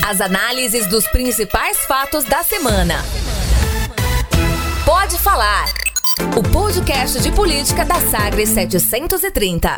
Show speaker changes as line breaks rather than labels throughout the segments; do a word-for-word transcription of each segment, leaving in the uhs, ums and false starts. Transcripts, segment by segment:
As análises dos principais fatos da semana. Pode Falar, o podcast de política da Sagres setecentos e trinta.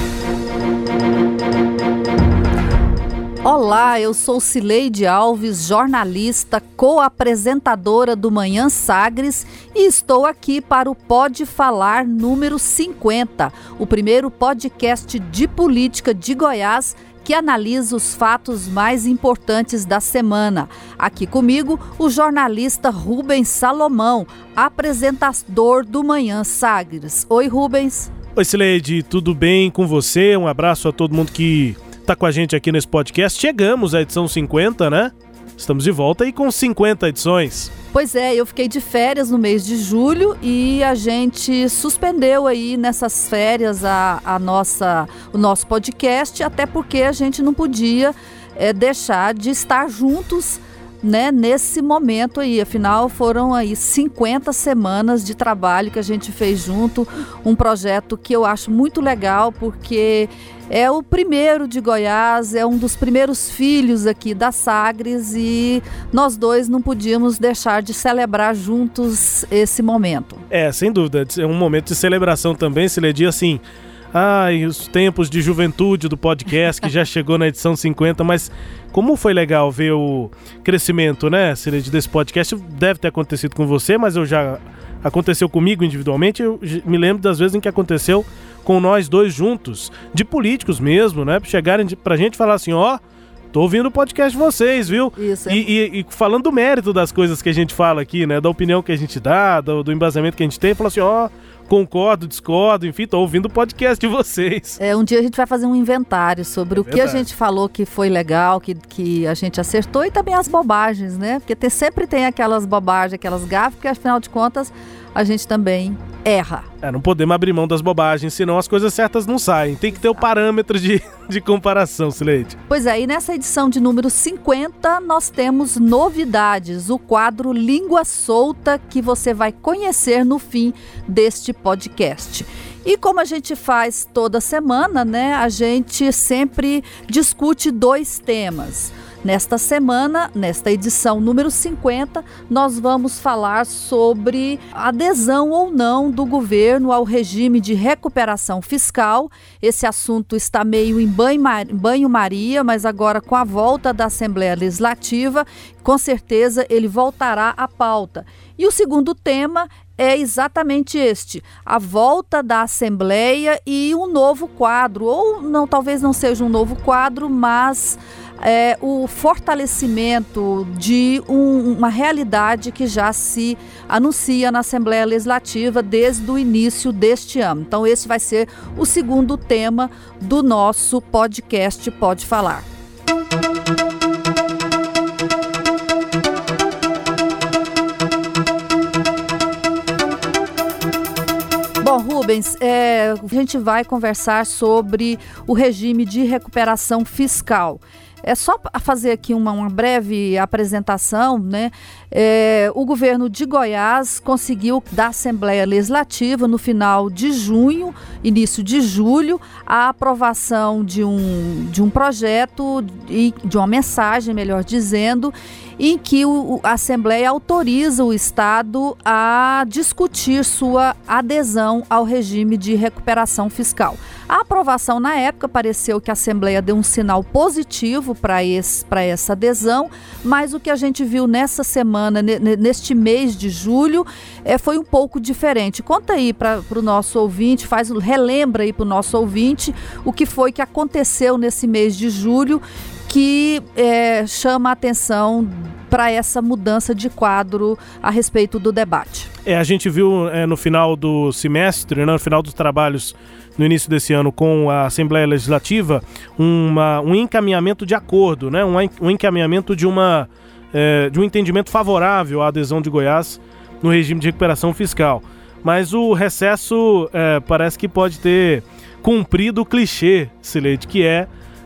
Olá, eu sou Cileide Alves, jornalista, co-apresentadora do Manhã Sagres e estou aqui para o Pode Falar número cinquenta, o primeiro podcast de política de Goiás que analisa os fatos mais importantes da semana. Aqui comigo, o jornalista Rubens Salomão, apresentador do Manhã Sagres. Oi, Rubens.
Oi, Cileide, tudo bem com você? Um abraço a todo mundo que está com a gente aqui nesse podcast. Chegamos à edição cinquenta, né? Estamos de volta aí com cinquenta edições.
Pois é, eu fiquei de férias no mês de julho e a gente suspendeu aí nessas férias a, a nossa, o nosso podcast, até porque a gente não podia é, deixar de estar juntos, né, nesse momento aí. Afinal, foram aí cinquenta semanas de trabalho que a gente fez junto, um projeto que eu acho muito legal, porque é o primeiro de Goiás, é um dos primeiros filhos aqui da Sagres e nós dois não podíamos deixar de celebrar juntos esse momento.
É, sem dúvida, é um momento de celebração também, Cileide, assim, ai, os tempos de juventude do podcast que já chegou na edição cinquenta, mas como foi legal ver o crescimento, né, Cileide, desse podcast. Deve ter acontecido com você, mas eu já aconteceu comigo individualmente, eu me lembro das vezes em que aconteceu com nós dois juntos, de políticos mesmo, né? Chegarem pra gente e falar assim, ó, tô ouvindo o podcast de vocês, viu?
Isso, é.
E, e, e falando do mérito das coisas que a gente fala aqui, né? Da opinião que a gente dá, do, do embasamento que a gente tem, falou assim, ó, concordo, discordo, enfim, tô ouvindo o podcast de vocês.
É, um dia a gente vai fazer um inventário sobre
é
o que a gente falou que foi legal, que, que a gente acertou e também as bobagens, né? Porque tem, sempre tem aquelas bobagens, aquelas gafes, porque afinal de contas a gente também erra.
É, não podemos abrir mão das bobagens, senão as coisas certas não saem. Tem que ter o parâmetro de, de comparação, Cileide.
Pois é, e nessa edição de número cinquenta nós temos novidades, o quadro Língua Solta, que você vai conhecer no fim deste podcast. E como a gente faz toda semana, né, a gente sempre discute dois temas. Nesta semana, nesta edição número cinquenta, nós vamos falar sobre adesão ou não do governo ao regime de recuperação fiscal. Esse assunto está meio em banho-maria, mas agora com a volta da Assembleia Legislativa, com certeza ele voltará à pauta. E o segundo tema é exatamente este, a volta da Assembleia e um novo quadro, ou não, talvez não seja um novo quadro, mas é, o fortalecimento de um, uma realidade que já se anuncia na Assembleia Legislativa desde o início deste ano. Então esse vai ser o segundo tema do nosso podcast Pode Falar. Bom, Rubens, é, a gente vai conversar sobre o regime de recuperação fiscal. É só fazer aqui uma, uma breve apresentação, né? É, o governo de Goiás conseguiu da Assembleia Legislativa no final de junho, início de julho, a aprovação de um, de um projeto, e de uma mensagem, melhor dizendo, em que o, a Assembleia autoriza o Estado a discutir sua adesão ao regime de recuperação fiscal. A aprovação na época pareceu que a Assembleia deu um sinal positivo para esse, para essa adesão, mas o que a gente viu nessa semana, neste mês de julho, é, foi um pouco diferente. Conta aí para o nosso ouvinte, faz, relembra aí para o nosso ouvinte o que foi que aconteceu nesse mês de julho que é, chama a atenção para essa mudança de quadro a respeito do debate.
É, a gente viu é, no final do semestre, né, no final dos trabalhos no início desse ano com a Assembleia Legislativa, uma, um encaminhamento de acordo, né, um, um encaminhamento de, uma, é, de um entendimento favorável à adesão de Goiás no regime de recuperação fiscal. Mas o recesso é, parece que pode ter cumprido o clichê, Cileide, que é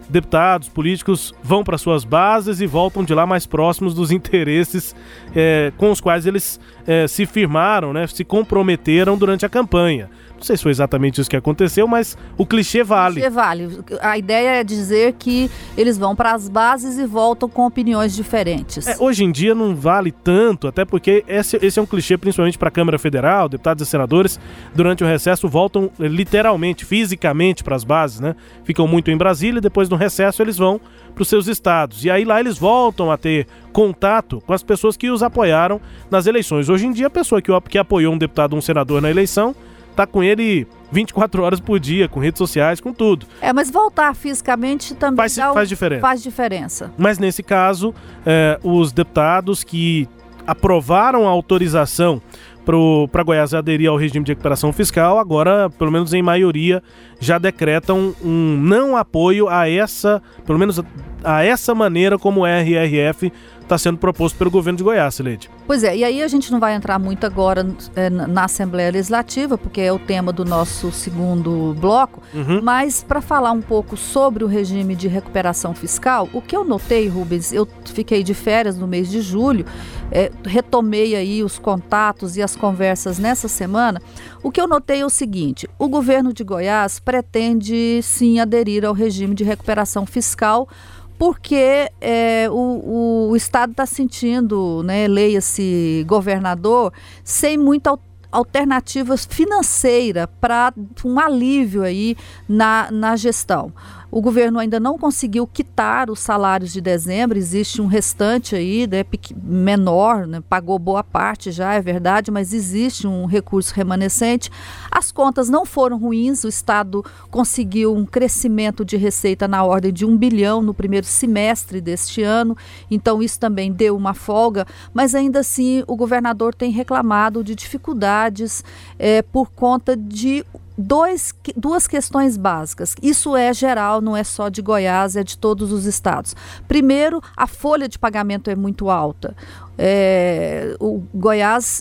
deputados, políticos vão para suas bases e voltam de lá mais próximos dos interesses é, com os quais eles é, se firmaram, né, se comprometeram durante a campanha. Não sei se foi exatamente isso que aconteceu, mas o clichê vale.
O clichê vale. A ideia é dizer que eles vão para as bases e voltam com opiniões diferentes.
É, hoje em dia não vale tanto, até porque esse, esse é um clichê principalmente para a Câmara Federal, deputados e senadores, durante o recesso voltam literalmente, fisicamente para as bases, né? Ficam muito em Brasília e depois no recesso eles vão para os seus estados. E aí lá eles voltam a ter contato com as pessoas que os apoiaram nas eleições. Hoje em dia a pessoa que, que apoiou um deputado ou um senador na eleição tá com ele vinte e quatro horas por dia, com redes sociais, com tudo.
É, mas voltar fisicamente também
faz,
dá o...
faz diferença.
Faz diferença.
Mas nesse caso, é, os deputados que aprovaram a autorização para Goiás aderir ao regime de recuperação fiscal, agora, pelo menos em maioria, já decretam um não apoio a essa, pelo menos a essa maneira como o R R F está sendo proposto pelo governo de Goiás, Sileide.
Pois é, e aí a gente não vai entrar muito agora é, na Assembleia Legislativa, porque é o tema do nosso segundo bloco, uhum. Mas para falar um pouco sobre o regime de recuperação fiscal, o que eu notei, Rubens, eu fiquei de férias no mês de julho, é, retomei aí os contatos e as conversas nessa semana, o que eu notei é o seguinte: o governo de Goiás pretende sim aderir ao regime de recuperação fiscal, porque é, o, o Estado está sentindo, né, leia-se governador, sem muita alternativa financeira para um alívio aí na, na gestão. O governo ainda não conseguiu quitar os salários de dezembro, existe um restante aí, né, menor, né, pagou boa parte já, é verdade, mas existe um recurso remanescente. As contas não foram ruins, o Estado conseguiu um crescimento de receita na ordem de um bilhão no primeiro semestre deste ano, então isso também deu uma folga, mas ainda assim o governador tem reclamado de dificuldades é, por conta de Dois, duas questões básicas. Isso é geral, não é só de Goiás, é de todos os estados. Primeiro, a folha de pagamento é muito alta. É, o Goiás,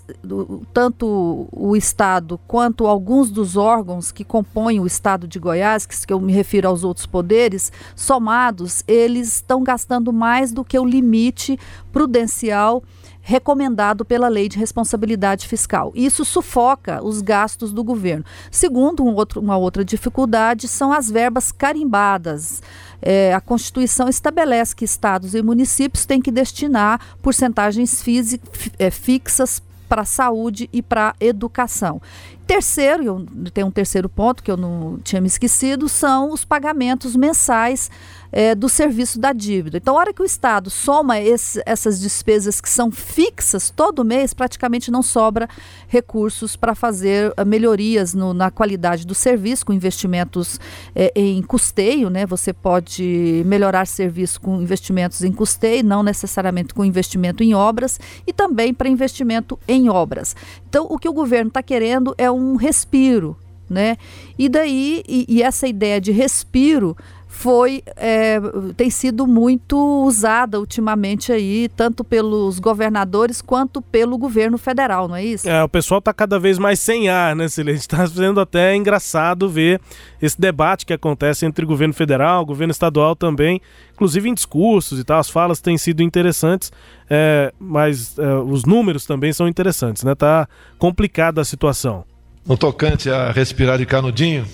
tanto o estado quanto alguns dos órgãos que compõem o estado de Goiás, que, que eu me refiro aos outros poderes, somados, eles estão gastando mais do que o limite prudencial recomendado pela Lei de Responsabilidade Fiscal. Isso sufoca os gastos do governo. Segundo, um outro, uma outra dificuldade são as verbas carimbadas. É, a Constituição estabelece que estados e municípios têm que destinar porcentagens fisi, é, fixas para a saúde e para a educação. Terceiro, eu tenho um terceiro ponto que eu não tinha me esquecido, são os pagamentos mensais é, do serviço da dívida. Então, a hora que o Estado soma esse, essas despesas que são fixas todo mês, praticamente não sobra recursos para fazer uh, melhorias no, na qualidade do serviço, com investimentos é, em custeio, né? Você pode melhorar serviço com investimentos em custeio, não necessariamente com investimento em obras, e também para investimento em obras. Então, o que o governo está querendo é um respiro, né? E daí, e, e essa ideia de respiro foi, é, tem sido muito usada ultimamente aí, tanto pelos governadores quanto pelo governo federal, não é isso?
É, o pessoal está cada vez mais sem ar, né, Silene? Está sendo até engraçado ver esse debate que acontece entre governo federal, governo estadual também, inclusive em discursos e tal, as falas têm sido interessantes, é, mas é, os números também são interessantes, né? Tá complicada a situação.
No tocante a respirar de canudinho,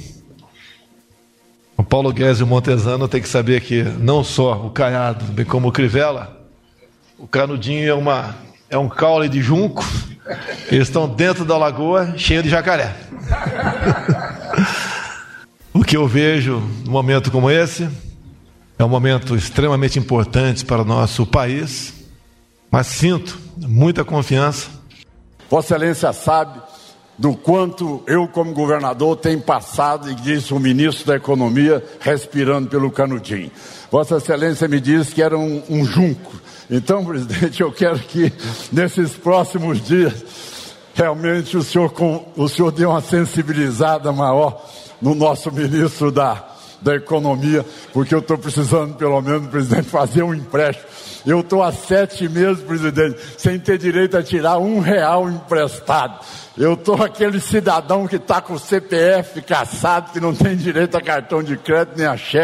o Paulo Guedes e o Montesano tem que saber que não só o Caiado, bem como o Crivella, o canudinho é, uma, é um caule de junco, eles estão dentro da lagoa cheio de jacaré. O que eu vejo num momento como esse é um momento extremamente importante para o nosso país, mas sinto muita confiança.
Vossa Excelência sabe do quanto eu, como governador, tenho passado, e disse o ministro da Economia, respirando pelo canudinho. Vossa Excelência me disse que era um, um junco. Então, presidente, eu quero que nesses próximos dias, realmente o senhor, o senhor dê uma sensibilizada maior no nosso ministro da, da Economia, porque eu estou precisando, pelo menos, presidente, fazer um empréstimo. Eu estou há sete meses, presidente, sem ter direito a tirar um real emprestado. Eu estou aquele cidadão que está com o C P F caçado, que não tem direito a cartão de crédito nem a cheque.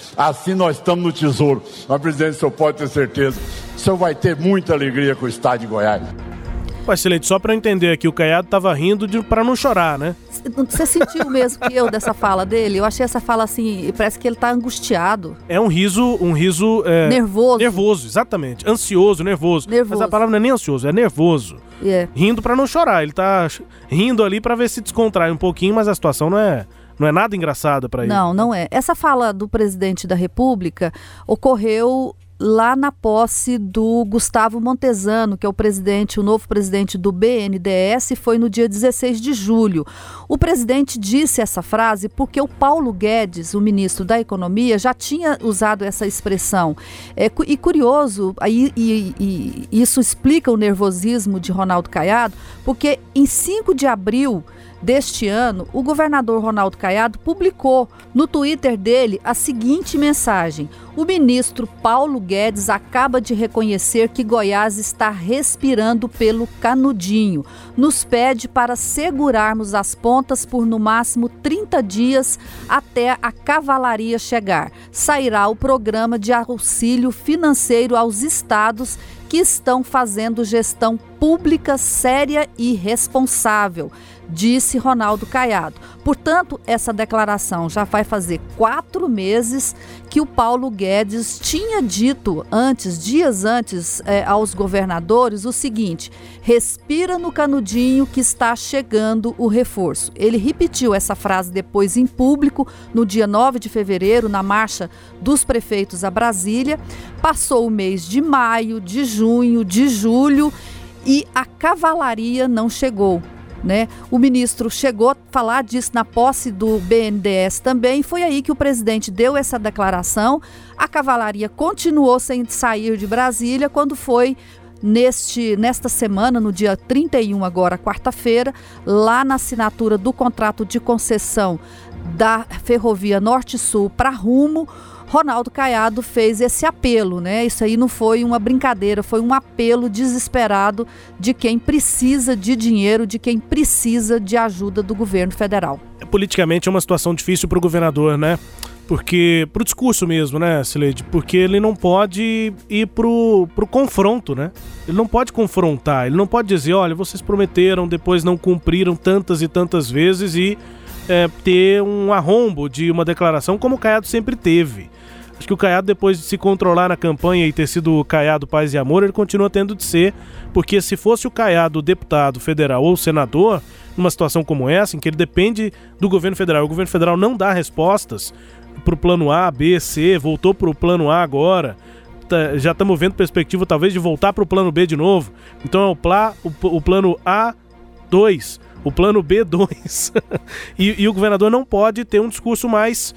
Assim nós estamos no Tesouro. Mas, presidente, o senhor pode ter certeza, o senhor vai ter muita alegria com o estado de Goiás.
Mas, excelente, só para eu entender aqui, o Caiado estava rindo para não chorar, né?
Você sentiu mesmo que eu dessa fala dele? Eu achei essa fala assim, parece que ele tá angustiado.
É um riso, um riso... É,
nervoso.
Nervoso, exatamente. Ansioso, nervoso.
nervoso.
Mas a palavra não é nem ansioso, é nervoso.
Yeah.
Rindo para não chorar. Ele tá rindo ali para ver se descontrai um pouquinho, mas a situação não é... Não é nada engraçada para ele.
Não, não é. Essa fala do presidente da República ocorreu lá na posse do Gustavo Montezano, que é o presidente, o novo presidente do B N D E S, foi no dia dezesseis de julho. O presidente disse essa frase porque o Paulo Guedes, o ministro da Economia, já tinha usado essa expressão. É, e curioso, aí, e, e, e isso explica o nervosismo de Ronaldo Caiado, porque em cinco de abril deste ano, o governador Ronaldo Caiado publicou no Twitter dele a seguinte mensagem: o ministro Paulo Guedes acaba de reconhecer que Goiás está respirando pelo canudinho. Nos pede para segurarmos as pontas por no máximo trinta dias até a cavalaria chegar. Sairá o programa de auxílio financeiro aos estados que estão fazendo gestão pública séria e responsável, disse Ronaldo Caiado. Portanto, essa declaração já vai fazer quatro meses que o Paulo Guedes tinha dito antes, dias antes, eh, aos governadores o seguinte: respira no canudinho que está chegando o reforço. Ele repetiu essa frase depois em público no dia nove de fevereiro, na marcha dos prefeitos a Brasília. Passou o mês de maio, de junho, de julho e a cavalaria não chegou. Né? O ministro chegou a falar disso na posse do B N D E S também. Foi aí que o presidente deu essa declaração. A cavalaria continuou sem sair de Brasília quando foi neste, nesta semana, no dia trinta e um, agora quarta-feira, lá na assinatura do contrato de concessão da Ferrovia Norte-Sul para Rumo. Ronaldo Caiado fez esse apelo, né? Isso aí não foi uma brincadeira, foi um apelo desesperado de quem precisa de dinheiro, de quem precisa de ajuda do governo federal.
Politicamente é uma situação difícil para o governador, né? Porque, pro discurso mesmo, né, Sileide? Porque ele não pode ir pro, pro confronto, né? Ele não pode confrontar, ele não pode dizer, olha, vocês prometeram, depois não cumpriram tantas e tantas vezes e é, ter um arrombo de uma declaração como o Caiado sempre teve. Acho que o Caiado, depois de se controlar na campanha e ter sido o Caiado Paz e Amor, ele continua tendo de ser, porque se fosse o Caiado deputado federal ou senador, numa situação como essa, em que ele depende do governo federal, o governo federal não dá respostas para o plano A, B, C, voltou para o plano A agora, tá, já estamos vendo perspectiva talvez de voltar para o plano B de novo, então é o, plá, o, o plano A dois, o plano B dois, e, e o governador não pode ter um discurso mais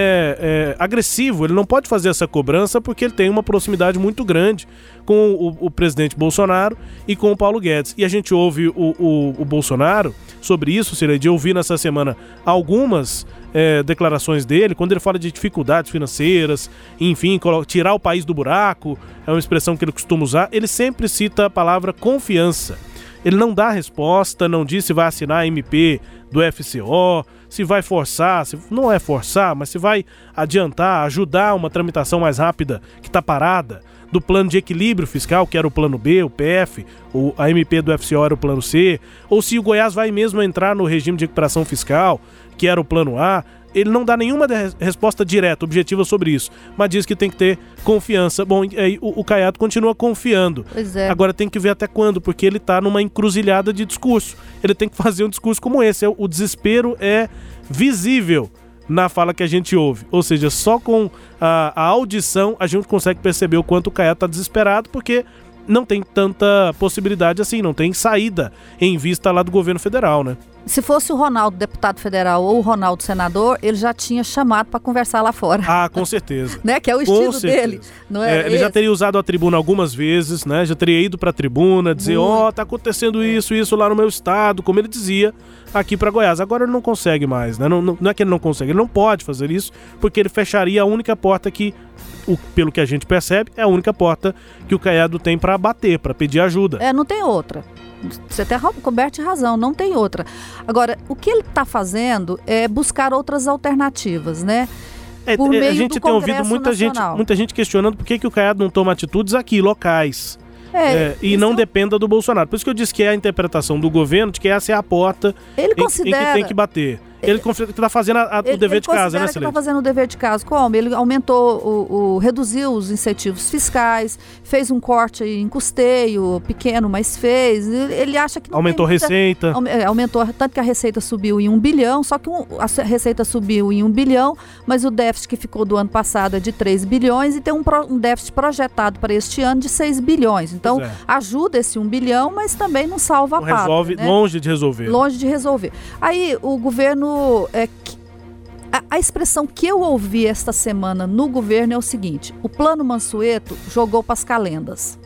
é, é, agressivo, ele não pode fazer essa cobrança porque ele tem uma proximidade muito grande com o, o presidente Bolsonaro e com o Paulo Guedes. E a gente ouve o, o, o Bolsonaro sobre isso, Sileide, eu vi nessa semana algumas é, declarações dele, quando ele fala de dificuldades financeiras, enfim, tirar o país do buraco, é uma expressão que ele costuma usar, ele sempre cita a palavra confiança. Ele não dá resposta, não diz se vai assinar a M P do F C O, se vai forçar, se não é forçar, mas se vai adiantar, ajudar uma tramitação mais rápida que está parada, do plano de equilíbrio fiscal, que era o plano B, o P F, ou a M P do F C O era o plano C, ou se o Goiás vai mesmo entrar no regime de recuperação fiscal, que era o plano A. Ele não dá nenhuma resposta direta, objetiva sobre isso, mas diz que tem que ter confiança. Bom, aí o, o Caiado continua confiando.
Pois é.
Agora tem que ver até quando, porque ele está numa encruzilhada de discurso. Ele tem que fazer um discurso como esse. O desespero é visível na fala que a gente ouve. Ou seja, só com a, a audição a gente consegue perceber o quanto o Caiado está desesperado, porque não tem tanta possibilidade assim, não tem saída em vista lá do governo federal, né?
Se fosse o Ronaldo deputado federal ou o Ronaldo senador, ele já tinha chamado para conversar lá fora.
Ah, com certeza.
Né? Que é o estilo dele. Não é,
é, ele já teria usado a tribuna algumas vezes, né? Já teria ido para a tribuna, dizer, ó, oh, tá acontecendo isso, isso lá no meu estado, como ele dizia aqui para Goiás. Agora ele não consegue mais, né? Não, não, não é que ele não consegue, ele não pode fazer isso, porque ele fecharia a única porta que, o, pelo que a gente percebe, é a única porta que o Caiado tem para bater, para pedir ajuda.
É, não tem outra. Você tem coberto de razão, não tem outra. Agora, o que ele está fazendo é buscar outras alternativas, né?
É,
por meio
a gente
do
tem ouvido
Congresso
muita gente,
Nacional.
muita gente questionando por que, que o Caiado não toma atitudes aqui, locais.
É,
É, e
isso
não
é-
dependa do Bolsonaro. Por isso que eu disse que é a interpretação do governo de que essa é a porta
Ele
em, em
considera...
que tem que bater. Ele está fazendo a, a, o
Ele,
dever
ele
de casa, né,
considera que
Silene?
está fazendo o dever de casa. Como? Ele aumentou, o, o, reduziu os incentivos fiscais, fez um corte em custeio, pequeno, mas fez. Ele, ele acha que não
Aumentou a
tem muita-
receita.
Aume- é, aumentou, tanto que a receita subiu em um bilhão, só que um, a se- receita subiu em um bilhão, mas o déficit que ficou do ano passado é de três bilhões e tem um, pro, um déficit projetado para este ano de seis bilhões. Então,
Pois é.
ajuda esse um bilhão, mas também não salva
Não
a pátria,
resolve,
né?
longe de resolver.
Longe de resolver. Aí o governo. É, que- a, a expressão que eu ouvi esta semana no governo é o seguinte: o plano Mansueto jogou para as calendas.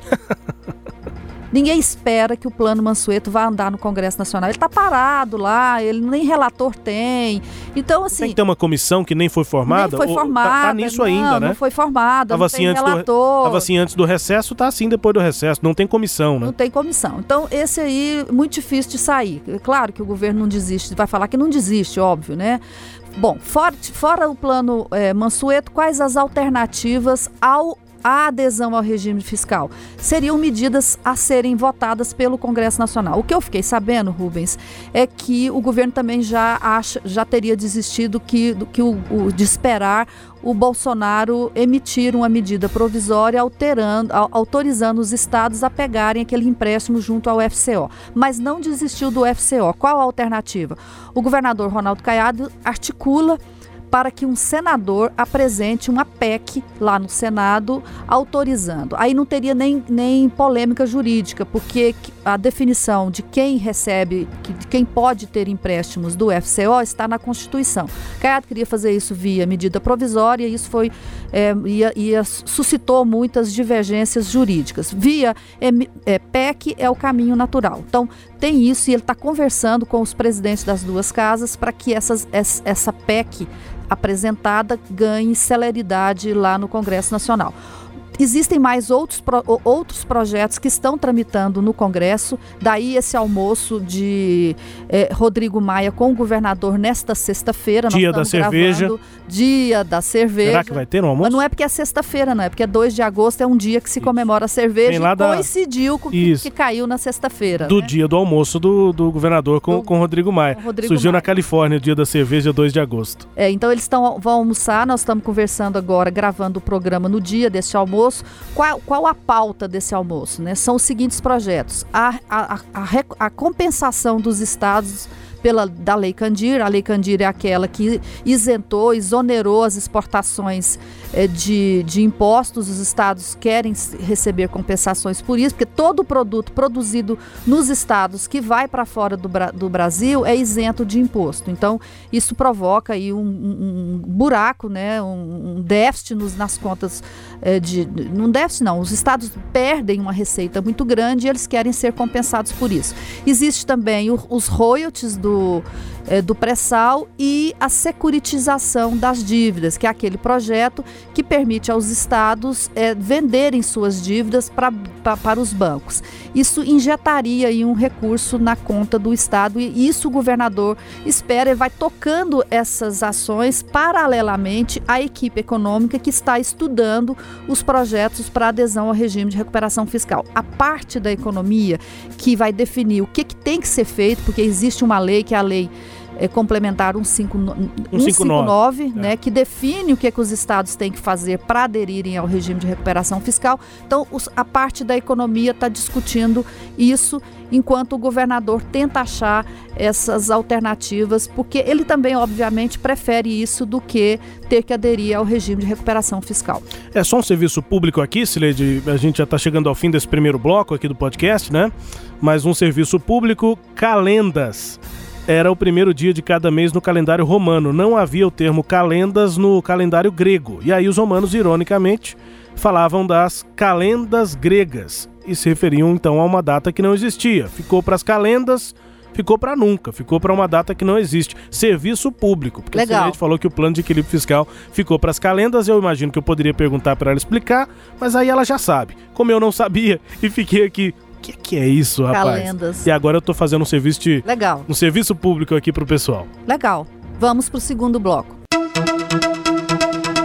Ninguém espera que o plano Mansueto vá andar no Congresso Nacional. Ele está parado lá, ele nem relator tem. Então, assim.
Tem que ter uma comissão que nem foi formada?
nem foi
ou-
formada.
Tá, tá nisso
não,
ainda, né?
Não foi formada,
Tava
não
assim
tem
antes do-
relator.
Tava assim antes do recesso, tá assim depois do recesso. Não tem comissão, né?
Não tem comissão. Então, esse aí, muito difícil de sair. É claro que o governo não desiste, vai falar que não desiste, óbvio, né? Bom, fora, fora o plano é, Mansueto, quais as alternativas ao a adesão ao regime fiscal? Seriam medidas a serem votadas pelo Congresso Nacional. O que eu fiquei sabendo, Rubens, é que o governo também já acha, já teria desistido que, do que o, o, de esperar o Bolsonaro emitir uma medida provisória alterando, a, autorizando os estados a pegarem aquele empréstimo junto ao F C O. Mas não desistiu do F C O. Qual a alternativa? O governador Ronaldo Caiado articula para que um senador apresente uma P E C lá no Senado autorizando. Aí não teria nem, nem polêmica jurídica, porque a definição de quem recebe, de quem pode ter empréstimos do F C O está na Constituição. Caiado queria fazer isso via medida provisória e isso foi, é, ia, ia, suscitou muitas divergências jurídicas. Via é, é, P E C é o caminho natural. Então, tem isso e ele está conversando com os presidentes das duas casas para que essas, essa P E C apresentada ganhe celeridade lá no Congresso Nacional. Existem mais outros, pro, outros projetos que estão tramitando no Congresso, daí esse almoço de eh, Rodrigo Maia com o governador nesta sexta-feira.
Dia da cerveja.
Dia da cerveja.
Será que vai ter um almoço?
Mas não é porque é sexta-feira, não é porque é dois de agosto, é um dia que se comemora a cerveja e
da...
coincidiu com o que, que caiu na sexta-feira.
Do
né?
dia do almoço do, do governador com,
do,
com Rodrigo Maia.
Rodrigo
Surgiu
Maia.
na Califórnia o dia da cerveja, dois de agosto.
É, então eles tão, vão almoçar, nós estamos conversando agora, gravando o programa no dia desse almoço. Qual, qual a pauta desse almoço? Né? São os seguintes projetos. A, a, a, a, a compensação dos estados pela, da Lei Candir. A Lei Candir é aquela que isentou, exonerou as exportações é, de, de impostos. Os estados querem receber compensações por isso, porque todo produto produzido nos estados que vai para fora do, do Brasil é isento de imposto. Então, isso provoca aí um, um, um buraco, né, um, um déficit nos, nas contas é, de... Não déficit não, os estados perdem uma receita muito grande e eles querem ser compensados por isso. Existe também o, os royalties do, é, do pré-sal e a securitização das dívidas, que é aquele projeto que permite aos estados é, venderem suas dívidas pra, pra, para os bancos. Isso injetaria aí um recurso na conta do estado e isso o governador espera e vai tocando essas ações paralelamente à equipe econômica que está estudando os projetos para adesão ao regime de recuperação fiscal. A parte da economia que vai definir o que, que tem que ser feito, porque existe uma lei que é a lei É, complementar cento e cinquenta e nove, né, é. que define o que, é que os estados têm que fazer para aderirem ao regime de recuperação fiscal. Então, os, a parte da economia está discutindo isso, enquanto o governador tenta achar essas alternativas, porque ele também, obviamente, prefere isso do que ter que aderir ao regime de recuperação fiscal.
É só um serviço público aqui, Cileide, a gente já está chegando ao fim desse primeiro bloco aqui do podcast, né? Mas um serviço público, calendas. Era o primeiro dia de cada mês no calendário romano. Não havia o termo calendas no calendário grego. E aí os romanos, ironicamente, falavam das calendas gregas e se referiam então a uma data que não existia. Ficou para as calendas, ficou para nunca, ficou para uma data que não existe. Serviço público, porque
Legal.
a gente falou que o plano de equilíbrio fiscal ficou para as calendas. Eu imagino que eu poderia perguntar para ela explicar, mas aí ela já sabe. Como eu não sabia e fiquei aqui... O que, que é isso, rapaz?
Calendas.
E agora eu tô fazendo um serviço de...
Legal.
Um serviço público aqui pro pessoal.
Legal. Vamos pro segundo bloco.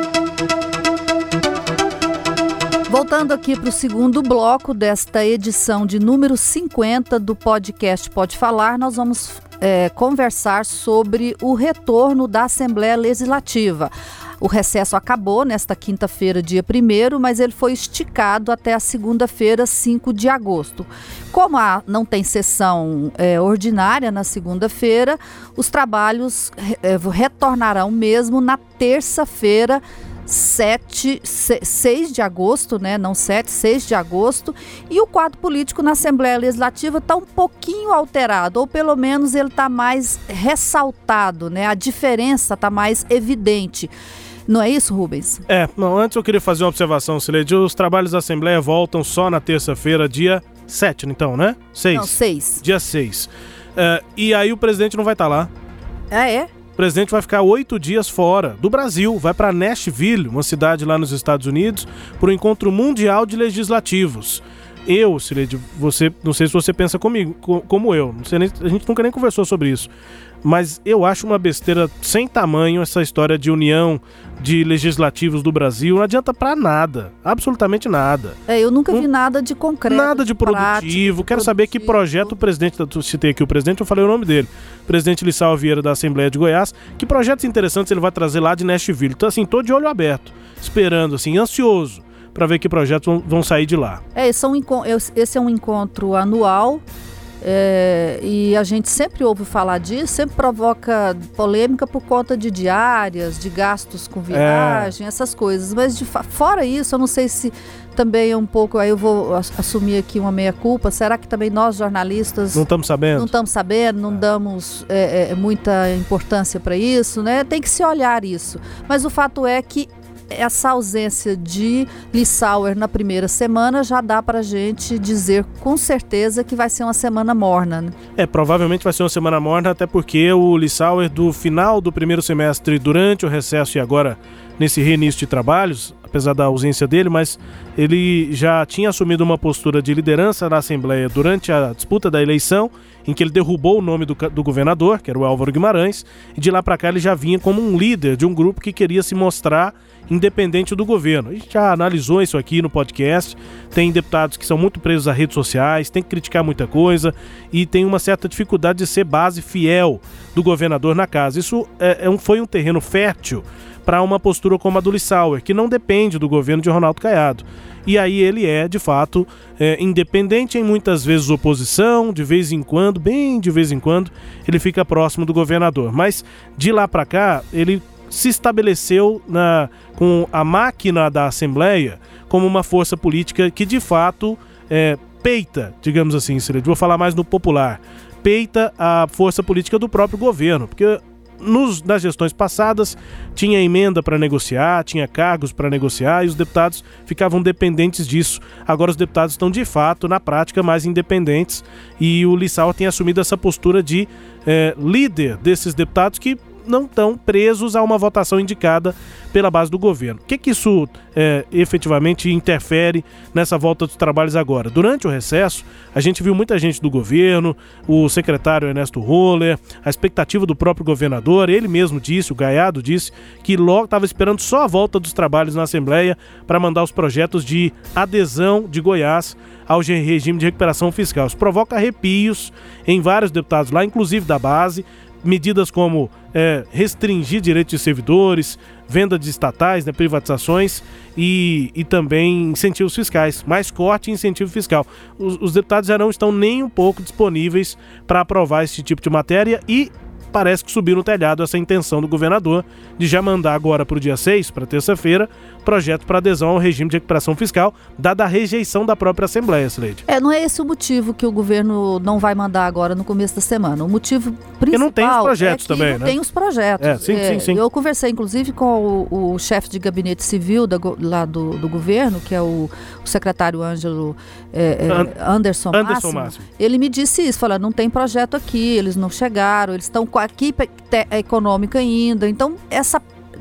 Voltando aqui para o segundo bloco desta edição de número cinquenta do podcast Pode Falar, nós vamos é, conversar sobre o retorno da Assembleia Legislativa. O recesso acabou nesta quinta-feira, dia primeiro, mas ele foi esticado até a segunda-feira, cinco de agosto. Como a, não tem sessão é, ordinária na segunda-feira, os trabalhos é, retornarão mesmo na terça-feira, sete, seis de agosto, né? Não sete, seis de agosto, e o quadro político na Assembleia Legislativa está um pouquinho alterado, ou pelo menos ele está mais ressaltado, né? A diferença está mais evidente. Não é isso, Rubens?
É, não, antes eu queria fazer uma observação, Cileide. Os trabalhos da Assembleia voltam só na terça-feira, dia sete, então, né? seis.
Não, seis.
Dia seis. Uh, e aí o presidente não vai estar lá.
Ah, é?
O presidente vai ficar oito dias fora do Brasil, vai para Nashville, uma cidade lá nos Estados Unidos, para o Encontro Mundial de Legislativos. Eu, Cileide, você, não sei se você pensa comigo, co- como eu, não sei nem, a gente nunca nem conversou sobre isso, mas eu acho uma besteira sem tamanho essa história de união de legislativos do Brasil. Não adianta pra nada, absolutamente nada.
É, eu nunca
Não,
vi nada de concreto.
Nada de produtivo.
Prático,
Quero
produtivo.
saber que projeto o presidente, eu citei aqui o presidente, eu falei o nome dele, o presidente Lissau Vieira da Assembleia de Goiás, que projetos interessantes ele vai trazer lá de Nashville. Então assim, tô de olho aberto, esperando assim, ansioso para ver que projetos vão, vão sair de lá.
É, esse é um, esse é um encontro anual. É, e a gente sempre ouve falar disso, sempre provoca polêmica por conta de diárias, de gastos com viagem, é. essas coisas. Mas de, fora isso, eu não sei se também é um pouco, aí eu vou assumir aqui uma meia-culpa, será que também nós jornalistas
não estamos sabendo?
Não estamos sabendo, não damos é, é, muita importância para isso, né? Tem que se olhar isso. Mas o fato é que essa ausência de Lissauer na primeira semana já dá pra gente dizer com certeza que vai ser uma semana morna, né?
É, provavelmente vai ser uma semana morna, até porque o Lissauer do final do primeiro semestre, durante o recesso e agora nesse reinício de trabalhos, apesar da ausência dele, mas ele já tinha assumido uma postura de liderança na Assembleia durante a disputa da eleição, em que ele derrubou o nome do, do governador, que era o Álvaro Guimarães, e de lá para cá ele já vinha como um líder de um grupo que queria se mostrar independente do governo. A gente já analisou isso aqui no podcast, tem deputados que são muito presos a redes sociais, tem que criticar muita coisa e tem uma certa dificuldade de ser base fiel do governador na casa. Isso é, é um, foi um terreno fértil para uma postura como a do Lissauer, que não depende do governo de Ronaldo Caiado. E aí ele é, de fato, é, independente em muitas vezes oposição, de vez em quando, bem de vez em quando, ele fica próximo do governador. Mas de lá para cá, ele se estabeleceu na, com a máquina da Assembleia como uma força política que, de fato, é, peita, digamos assim, vou falar mais no popular, peita a força política do próprio governo, porque Nos, nas gestões passadas tinha emenda para negociar, tinha cargos para negociar e os deputados ficavam dependentes disso. Agora os deputados estão de fato, na prática, mais independentes e o Lissau tem assumido essa postura de é, líder desses deputados que não estão presos a uma votação indicada pela base do governo. O que que isso é, efetivamente interfere nessa volta dos trabalhos agora? Durante o recesso, a gente viu muita gente do governo, o secretário Ernesto Roller, a expectativa do próprio governador, ele mesmo disse, o Gaiado disse, que logo estava esperando só a volta dos trabalhos na Assembleia para mandar os projetos de adesão de Goiás ao regime de recuperação fiscal. Isso provoca arrepios em vários deputados lá, inclusive da base, medidas como é, restringir direitos de servidores, venda de estatais, né, privatizações e, e também incentivos fiscais, mais corte e incentivo fiscal. Os, os deputados já não estão nem um pouco disponíveis para aprovar esse tipo de matéria e parece que subiu no telhado essa intenção do governador de já mandar agora para o dia seis, para terça-feira, projeto para adesão ao regime de recuperação fiscal, dada a rejeição da própria Assembleia, Cileide.
É, não é esse o motivo que o governo não vai mandar agora no começo da semana. O motivo principal Porque não tem os projetos é que
também,
não
né?
tem os projetos.
É, sim,
é,
sim, sim.
Eu conversei, inclusive, com o, o chefe de gabinete civil da, lá do, do governo, que é o, o secretário Ângelo é, é, Anderson,
Anderson
Máximo.
Máximo.
Ele me disse isso, falou, não tem projeto aqui, eles não chegaram, eles estão com a equipe te- econômica ainda. Então, essa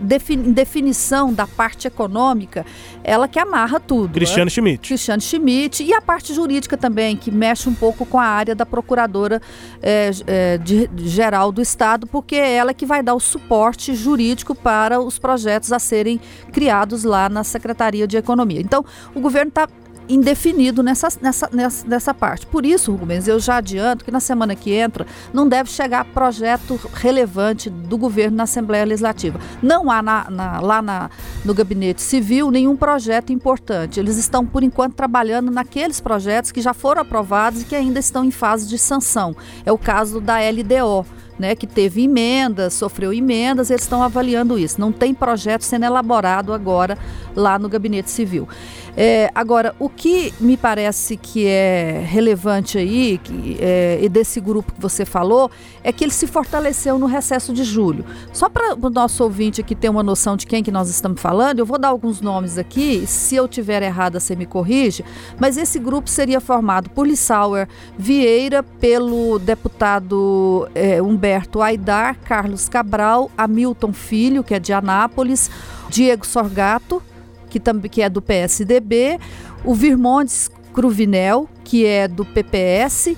defini- definição da parte econômica, ela que amarra tudo.
Cristiane
né?
Schmidt.
Cristiane Schmidt, e a parte jurídica também, que mexe um pouco com a área da Procuradora é, é, de, de geral do Estado, porque é ela que vai dar o suporte jurídico para os projetos a serem criados lá na Secretaria de Economia. Então, o governo está indefinido nessa, nessa, nessa, nessa parte. Por isso, Rubens, eu já adianto que na semana que entra não deve chegar projeto relevante do governo na Assembleia Legislativa. Não há na, na, lá na, no Gabinete Civil nenhum projeto importante. Eles estão, por enquanto, trabalhando naqueles projetos que já foram aprovados e que ainda estão em fase de sanção. É o caso da L D O. Né, que teve emendas, sofreu emendas, eles estão avaliando isso. Não tem projeto sendo elaborado agora lá no Gabinete Civil. É, agora, o que me parece que é relevante aí, que, é, e desse grupo que você falou, é que ele se fortaleceu no recesso de julho. Só para o nosso ouvinte aqui ter uma noção de quem que nós estamos falando, eu vou dar alguns nomes aqui, se eu tiver errada você me corrige, mas esse grupo seria formado por Lissauer Vieira, pelo deputado é, Humberto Aidar, Carlos Cabral, Hamilton Filho, que é de Anápolis, Diego Sorgato, que, também, que é do P S D B, o Virmontes Cruvinel, que é do P P S,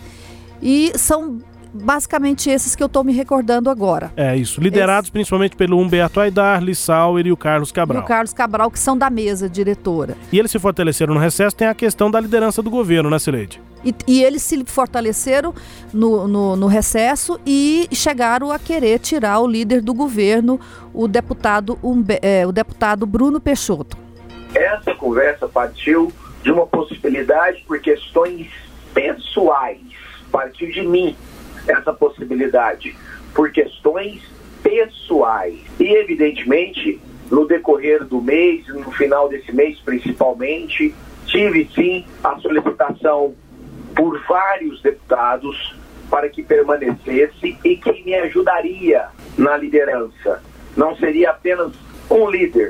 e são basicamente esses que eu estou me recordando agora.
É isso, liderados Esse... principalmente pelo Humberto Aidar, Lissauer e o Carlos Cabral.
E o Carlos Cabral, que são da mesa diretora.
E eles se fortaleceram no recesso, tem a questão da liderança do governo, né, Cileide?
E, e eles se fortaleceram no, no, no recesso e chegaram a querer tirar o líder do governo, o deputado, Umbe, é, o deputado Bruno Peixoto.
Essa conversa partiu de uma possibilidade por questões pessoais, partiu de mim essa possibilidade, por questões pessoais. E, evidentemente, no decorrer do mês, no final desse mês principalmente, tive sim a solicitação por vários deputados para que permanecesse e que me ajudaria na liderança. Não seria apenas um líder,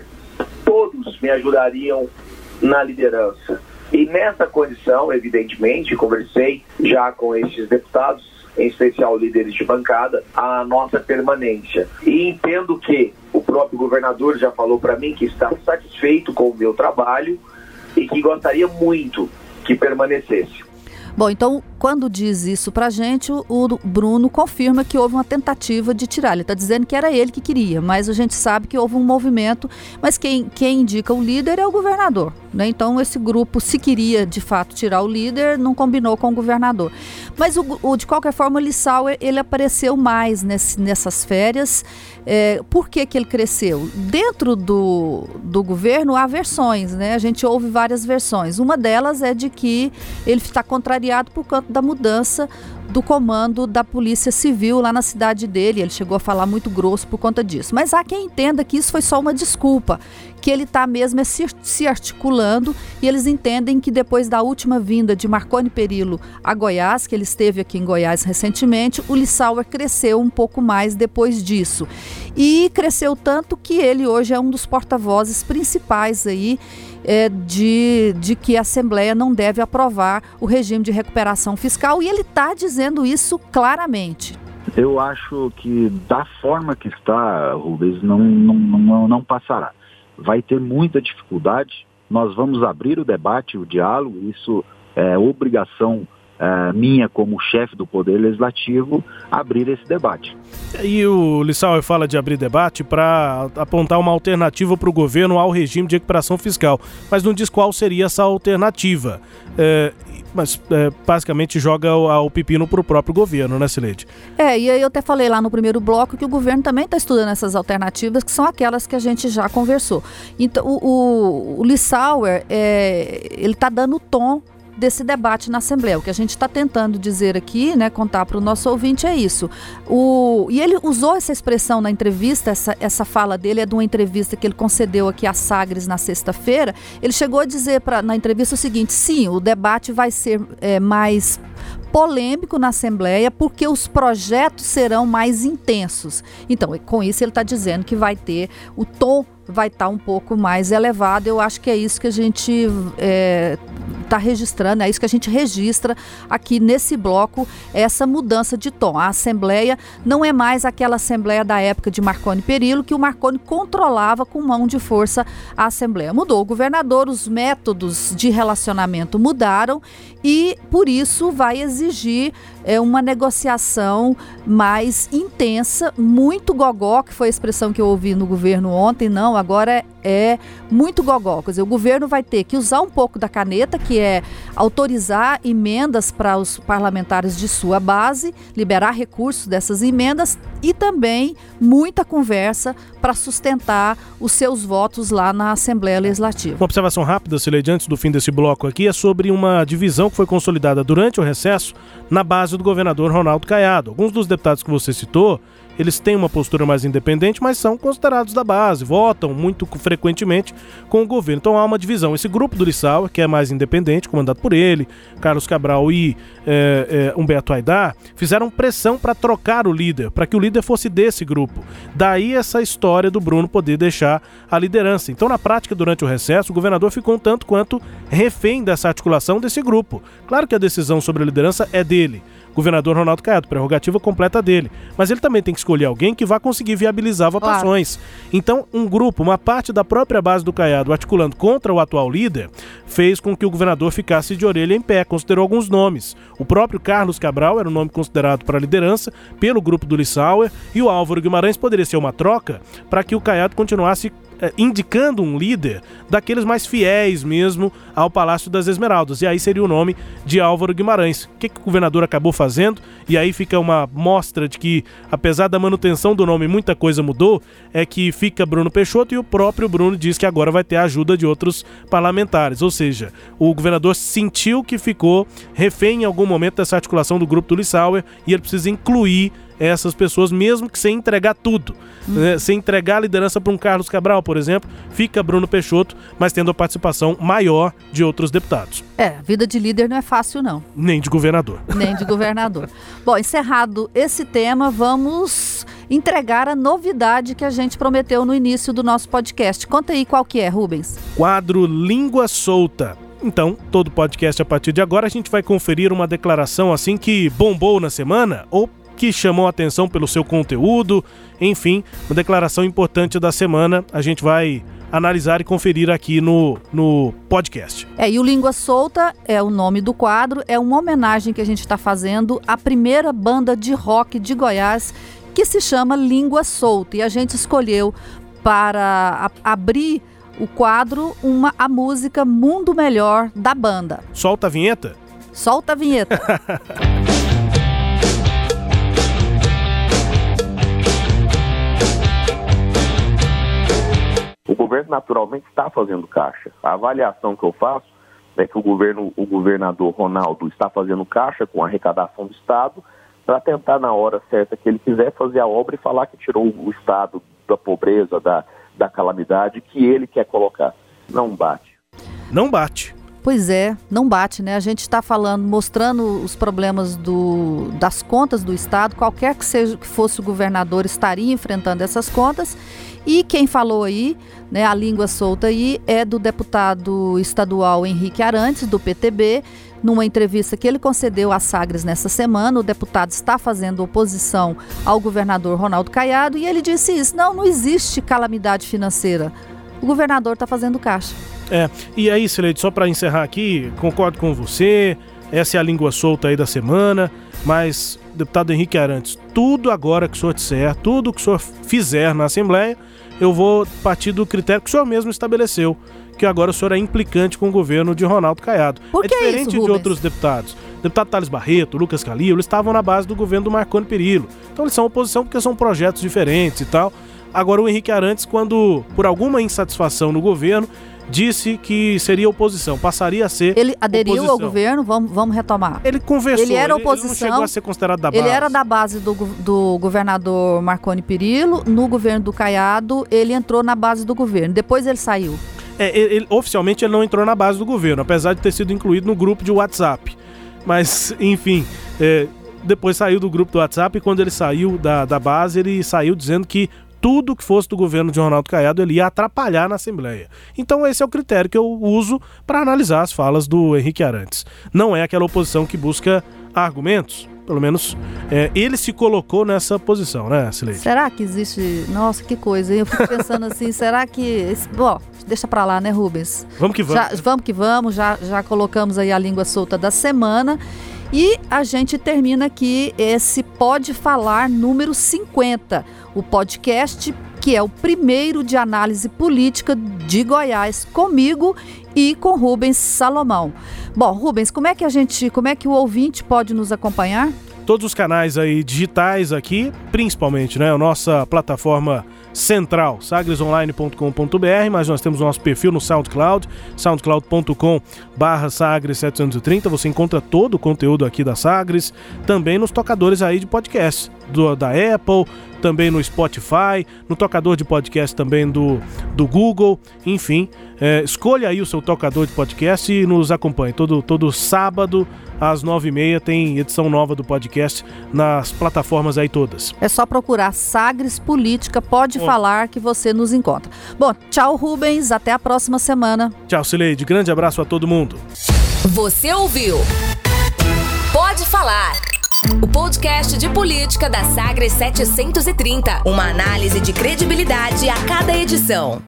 todos me ajudariam na liderança. E nessa condição, evidentemente, conversei já com esses deputados, em especial líderes de bancada, a nossa permanência. E entendo que o próprio governador já falou para mim que está satisfeito com o meu trabalho e que gostaria muito que permanecesse.
Bom, então, quando diz isso pra gente, o, o Bruno confirma que houve uma tentativa de tirar. Ele está dizendo que era ele que queria, mas a gente sabe que houve um movimento, mas quem, quem indica o líder é o governador, né? Então, esse grupo, se queria, de fato, tirar o líder, não combinou com o governador. Mas, o, o, de qualquer forma, o Lissauer, ele apareceu mais nesse, nessas férias. É, por que que ele cresceu? Dentro do, do governo há versões, né? A gente ouve várias versões. Uma delas é de que ele está contrariado por conta da mudança do comando da Polícia Civil lá na cidade dele. Ele chegou a falar muito grosso por conta disso. Mas há quem entenda que isso foi só uma desculpa, que ele está mesmo se, se articulando, e eles entendem que depois da última vinda de Marconi Perillo a Goiás, que ele esteve aqui em Goiás recentemente, o Lissauer cresceu um pouco mais depois disso. E cresceu tanto que ele hoje é um dos porta-vozes principais aí É, de, de que a Assembleia não deve aprovar o regime de recuperação fiscal, e ele está dizendo isso claramente.
Eu acho que da forma que está, Rubens, não, não, não, não passará. Vai ter muita dificuldade, nós vamos abrir o debate, o diálogo, isso é obrigação é, minha como chefe do Poder Legislativo, abrir esse debate.
E o Lissauer fala de abrir debate para apontar uma alternativa para o governo ao regime de recuperação fiscal, mas não diz qual seria essa alternativa. É, mas é, basicamente joga o, o pepino para o próprio governo, né, Cileide? É,
e aí eu até falei lá no primeiro bloco que o governo também está estudando essas alternativas, que são aquelas que a gente já conversou. Então, o, o, o Lissauer, é, ele está dando o tom desse debate na Assembleia. O que a gente está tentando dizer aqui, né, contar para o nosso ouvinte é isso. O, e ele usou essa expressão na entrevista, essa, essa fala dele é de uma entrevista que ele concedeu aqui à Sagres na sexta-feira. Ele chegou a dizer pra, na entrevista o seguinte: sim, o debate vai ser é, mais polêmico na Assembleia porque os projetos serão mais intensos. Então, com isso ele está dizendo que vai ter, o tom vai estar tá um pouco mais elevado. Eu acho que é isso que a gente é, está registrando, é isso que a gente registra aqui nesse bloco, essa mudança de tom. A Assembleia não é mais aquela Assembleia da época de Marconi Perillo, que o Marconi controlava com mão de força a Assembleia. Mudou o governador, os métodos de relacionamento mudaram e, por isso, vai exigir é, uma negociação mais intensa, muito gogó, que foi a expressão que eu ouvi no governo ontem. Não, agora é, é muito gogó. Quer dizer, o governo vai ter que usar um pouco da caneta, que é autorizar emendas para os parlamentares de sua base, liberar recursos dessas emendas e também muita conversa para sustentar os seus votos lá na Assembleia Legislativa.
Uma observação rápida, Cileide, antes do fim desse bloco aqui, é sobre uma divisão que foi consolidada durante o recesso na base do governador Ronaldo Caiado. Alguns dos deputados que você citou, eles têm uma postura mais independente, mas são considerados da base, votam muito frequentemente com o governo. Então há uma divisão. Esse grupo do Lissauer, que é mais independente, comandado por ele, Carlos Cabral e é, é, Humberto Aidar, fizeram pressão para trocar o líder, para que o líder fosse desse grupo. Daí essa história do Bruno poder deixar a liderança. Então, na prática, durante o recesso, o governador ficou um tanto quanto refém dessa articulação desse grupo. Claro que a decisão sobre a liderança é dele, governador Ronaldo Caiado, prerrogativa completa dele. Mas ele também tem que escolher alguém que vá conseguir viabilizar votações. Claro. Então, um grupo, uma parte da própria base do Caiado articulando contra o atual líder, fez com que o governador ficasse de orelha em pé, considerou alguns nomes. O próprio Carlos Cabral era um nome considerado para a liderança pelo grupo do Lissauer, e o Álvaro Guimarães poderia ser uma troca para que o Caiado continuasse É, indicando um líder daqueles mais fiéis mesmo ao Palácio das Esmeraldas, e aí seria o nome de Álvaro Guimarães. O que, que o governador acabou fazendo? E aí fica uma mostra de que, apesar da manutenção do nome, muita coisa mudou, é que fica Bruno Peixoto, e o próprio Bruno diz que agora vai ter a ajuda de outros parlamentares, ou seja, o governador sentiu que ficou refém em algum momento dessa articulação do grupo do Lissauer, e ele precisa incluir essas pessoas, mesmo que sem entregar tudo, hum. né? Sem entregar a liderança para um Carlos Cabral, por exemplo, fica Bruno Peixoto, mas tendo a participação maior de outros deputados.
É, vida de líder não é fácil, não.
Nem de governador.
Nem de governador. Bom, encerrado esse tema, vamos entregar a novidade que a gente prometeu no início do nosso podcast. Conta aí qual que é, Rubens.
Quadro Língua Solta. Então, todo podcast a partir de agora, a gente vai conferir uma declaração assim que bombou na semana, ou que chamou a atenção pelo seu conteúdo, enfim, uma declaração importante da semana, a gente vai analisar e conferir aqui no, no podcast.
É, e o Língua Solta é o nome do quadro, é uma homenagem que a gente está fazendo à primeira banda de rock de Goiás, que se chama Língua Solta, e a gente escolheu para a, abrir o quadro uma, a música Mundo Melhor da banda.
Solta a vinheta?
Solta a vinheta.
O governo naturalmente está fazendo caixa. A avaliação que eu faço é que o governo, o governador Ronaldo está fazendo caixa com a arrecadação do Estado para tentar, na hora certa que ele quiser, fazer a obra e falar que tirou o Estado da pobreza, da, da calamidade que ele quer colocar. Não bate.
Não bate.
Pois é, não bate, né? A gente está falando, mostrando os problemas do, das contas do Estado. Qualquer que seja que fosse o governador estaria enfrentando essas contas. E quem falou aí, né, a língua solta aí, é do deputado estadual Henrique Arantes, do P T B. Numa entrevista que ele concedeu à Sagres nessa semana, o deputado está fazendo oposição ao governador Ronaldo Caiado, e ele disse isso: não, não existe calamidade financeira. O governador está fazendo caixa.
É, e aí, Cileide, só para encerrar aqui, concordo com você, essa é a língua solta aí da semana, mas, deputado Henrique Arantes, tudo agora que o senhor disser, tudo que o senhor fizer na Assembleia, eu vou partir do critério que o senhor mesmo estabeleceu, que agora o senhor é implicante com o governo de Ronaldo Caiado.
Por que
é diferente
isso,
de outros deputados. O deputado Thales Barreto, Lucas Calil, eles estavam na base do governo do Marconi Perillo. Então eles são oposição porque são projetos diferentes e tal. Agora o Henrique Arantes, quando, por alguma insatisfação no governo, disse que seria oposição, passaria a ser
Ele aderiu
oposição.
ao governo, vamos, vamos retomar.
Ele conversou,
ele era oposição,
ele não chegou a ser considerado da base.
Ele era da base do, do governador Marconi Perillo, no governo do Caiado, ele entrou na base do governo, depois ele saiu.
É, ele, ele, oficialmente ele não entrou na base do governo, apesar de ter sido incluído no grupo de WhatsApp. Mas, enfim, é, depois saiu do grupo do WhatsApp, e quando ele saiu da, da base, ele saiu dizendo que tudo que fosse do governo de Ronaldo Caiado ele ia atrapalhar na Assembleia. Então esse é o critério que eu uso para analisar as falas do Henrique Arantes. Não é aquela oposição que busca argumentos. Pelo menos é, ele se colocou nessa posição, né, Cileide?
Será que existe... Nossa, que coisa, hein? Eu fico pensando assim, será que... Bom, deixa pra lá, né, Rubens?
Vamos que vamos.
Já, vamos que vamos, já, já colocamos aí a língua solta da semana. E a gente termina aqui esse Pode Falar número cinquenta, o podcast que é o primeiro de análise política de Goiás, comigo e com Rubens Salomão. Bom, Rubens, como é que a gente, como é que o ouvinte pode nos acompanhar?
Todos os canais aí digitais aqui, principalmente, né, a nossa plataforma central, sagres online ponto com ponto b r, mas nós temos o nosso perfil no SoundCloud, soundcloud ponto com barra sagres setecentos e trinta, você encontra todo o conteúdo aqui da Sagres, também nos tocadores aí de podcast, do, da Apple, também no Spotify, no tocador de podcast também do, do Google, enfim, é, escolha aí o seu tocador de podcast e nos acompanhe. Todo, todo sábado, às nove e meia, tem edição nova do podcast nas plataformas aí todas.
É só procurar Sagres Política, pode Bom. falar que você nos encontra. Bom, tchau Rubens, até a próxima semana.
Tchau Cileide, grande abraço a todo mundo.
Você ouviu Pode Falar, o podcast de política da Sagres setecentos e trinta. Uma análise de credibilidade a cada edição.